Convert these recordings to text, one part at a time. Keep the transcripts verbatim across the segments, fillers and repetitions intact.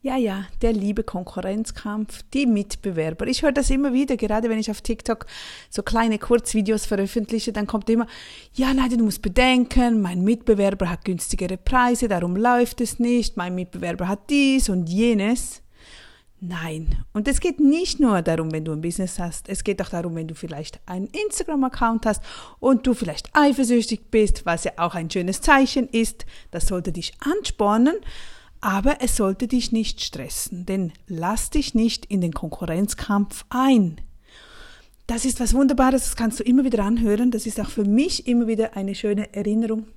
Ja, ja, der liebe Konkurrenzkampf, die Mitbewerber. Ich höre das immer wieder, gerade wenn ich auf TikTok so kleine Kurzvideos veröffentliche, dann kommt immer, ja, Nadja, du musst bedenken, mein Mitbewerber hat günstigere Preise, darum läuft es nicht, mein Mitbewerber hat dies und jenes. Nein. Und es geht nicht nur darum, wenn du ein Business hast. Es geht auch darum, wenn du vielleicht einen Instagram-Account hast und du vielleicht eifersüchtig bist, was ja auch ein schönes Zeichen ist. Das sollte dich anspornen, aber es sollte dich nicht stressen, denn lass dich nicht in den Konkurrenzkampf ein. Das ist was Wunderbares, das kannst du immer wieder anhören. Das ist auch für mich immer wieder eine schöne Erinnerung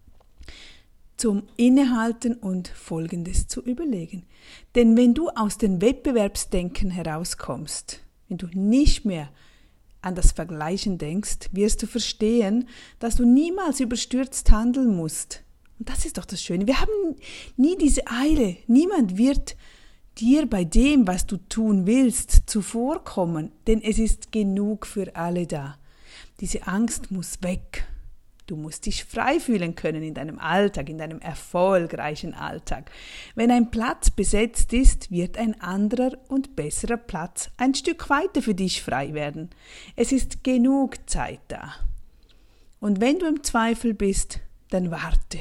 zum Innehalten und Folgendes zu überlegen. Denn wenn du aus dem Wettbewerbsdenken herauskommst, wenn du nicht mehr an das Vergleichen denkst, wirst du verstehen, dass du niemals überstürzt handeln musst. Und das ist doch das Schöne. Wir haben nie diese Eile. Niemand wird dir bei dem, was du tun willst, zuvorkommen, denn es ist genug für alle da. Diese Angst muss weg. Du musst dich frei fühlen können in deinem Alltag, in deinem erfolgreichen Alltag. Wenn ein Platz besetzt ist, wird ein anderer und besserer Platz ein Stück weiter für dich frei werden. Es ist genug Zeit da. Und wenn du im Zweifel bist, dann warte.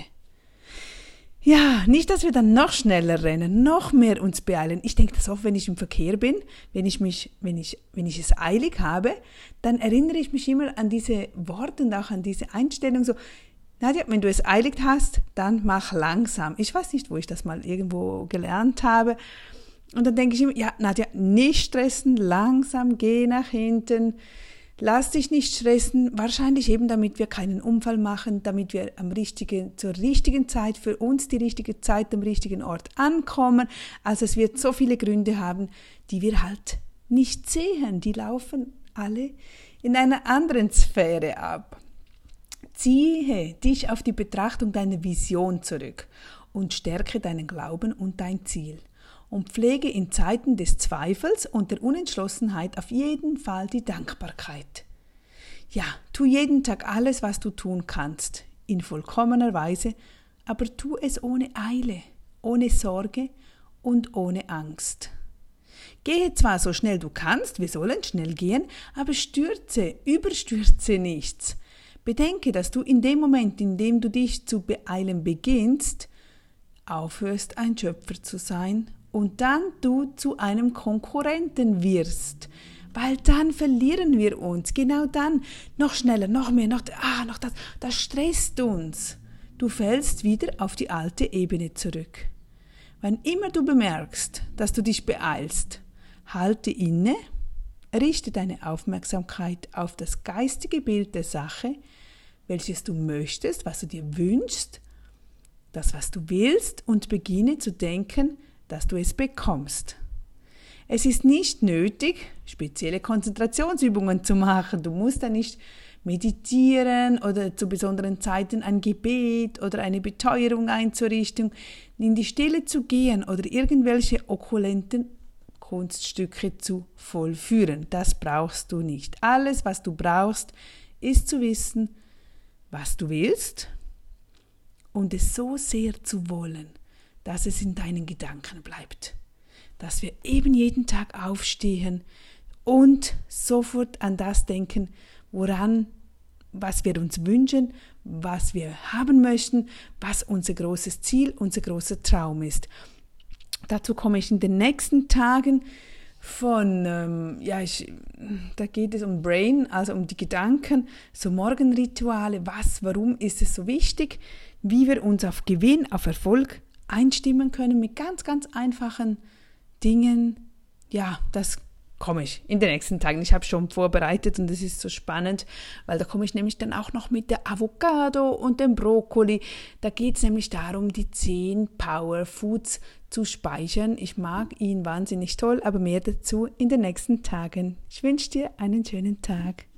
Ja, nicht, dass wir dann noch schneller rennen, noch mehr uns beeilen. Ich denke das oft, wenn ich im Verkehr bin, wenn ich mich, wenn ich, wenn ich es eilig habe, dann erinnere ich mich immer an diese Worte und auch an diese Einstellung so, Nadja, wenn du es eilig hast, dann mach langsam. Ich weiß nicht, wo ich das mal irgendwo gelernt habe. Und dann denke ich immer, ja, Nadja, nicht stressen, langsam, geh nach hinten. Lass dich nicht stressen, wahrscheinlich eben damit wir keinen Unfall machen, damit wir am richtigen, zur richtigen Zeit, für uns die richtige Zeit am richtigen Ort ankommen. Also es wird so viele Gründe haben, die wir halt nicht sehen. Die laufen alle in einer anderen Sphäre ab. Ziehe dich auf die Betrachtung deiner Vision zurück und stärke deinen Glauben und dein Ziel. Und pflege in Zeiten des Zweifels und der Unentschlossenheit auf jeden Fall die Dankbarkeit. Ja, tu jeden Tag alles, was du tun kannst, in vollkommener Weise, aber tu es ohne Eile, ohne Sorge und ohne Angst. Gehe zwar so schnell du kannst, wir sollen schnell gehen, aber stürze, überstürze nichts. Bedenke, dass du in dem Moment, in dem du dich zu beeilen beginnst, aufhörst, ein Schöpfer zu sein, und dann du zu einem Konkurrenten wirst, weil dann verlieren wir uns, genau dann, noch schneller, noch mehr, noch, ah, noch das, das stresst uns. Du fällst wieder auf die alte Ebene zurück. Wann immer du bemerkst, dass du dich beeilst, halte inne, richte deine Aufmerksamkeit auf das geistige Bild der Sache, welches du möchtest, was du dir wünschst, das, was du willst, und beginne zu denken, dass du es bekommst. Es ist nicht nötig, spezielle Konzentrationsübungen zu machen. Du musst da nicht meditieren oder zu besonderen Zeiten ein Gebet oder eine Beteuerung einzurichten, in die Stille zu gehen oder irgendwelche okkulenten Kunststücke zu vollführen. Das brauchst du nicht. Alles, was du brauchst, ist zu wissen, was du willst und es so sehr zu wollen, dass es in deinen Gedanken bleibt. Dass wir eben jeden Tag aufstehen und sofort an das denken, woran, was wir uns wünschen, was wir haben möchten, was unser großes Ziel, unser großer Traum ist. Dazu komme ich in den nächsten Tagen von, ähm, ja, ich, da geht es um Brain, also um die Gedanken, so Morgenrituale, was, warum ist es so wichtig, wie wir uns auf Gewinn, auf Erfolg einstimmen können mit ganz, ganz einfachen Dingen. Ja, das komme ich in den nächsten Tagen. Ich habe schon vorbereitet und es ist so spannend, weil da komme ich nämlich dann auch noch mit der Avocado und dem Brokkoli. Da geht es nämlich darum, die zehn Power Foods zu speichern. Ich mag ihn wahnsinnig toll, aber mehr dazu in den nächsten Tagen. Ich wünsche dir einen schönen Tag.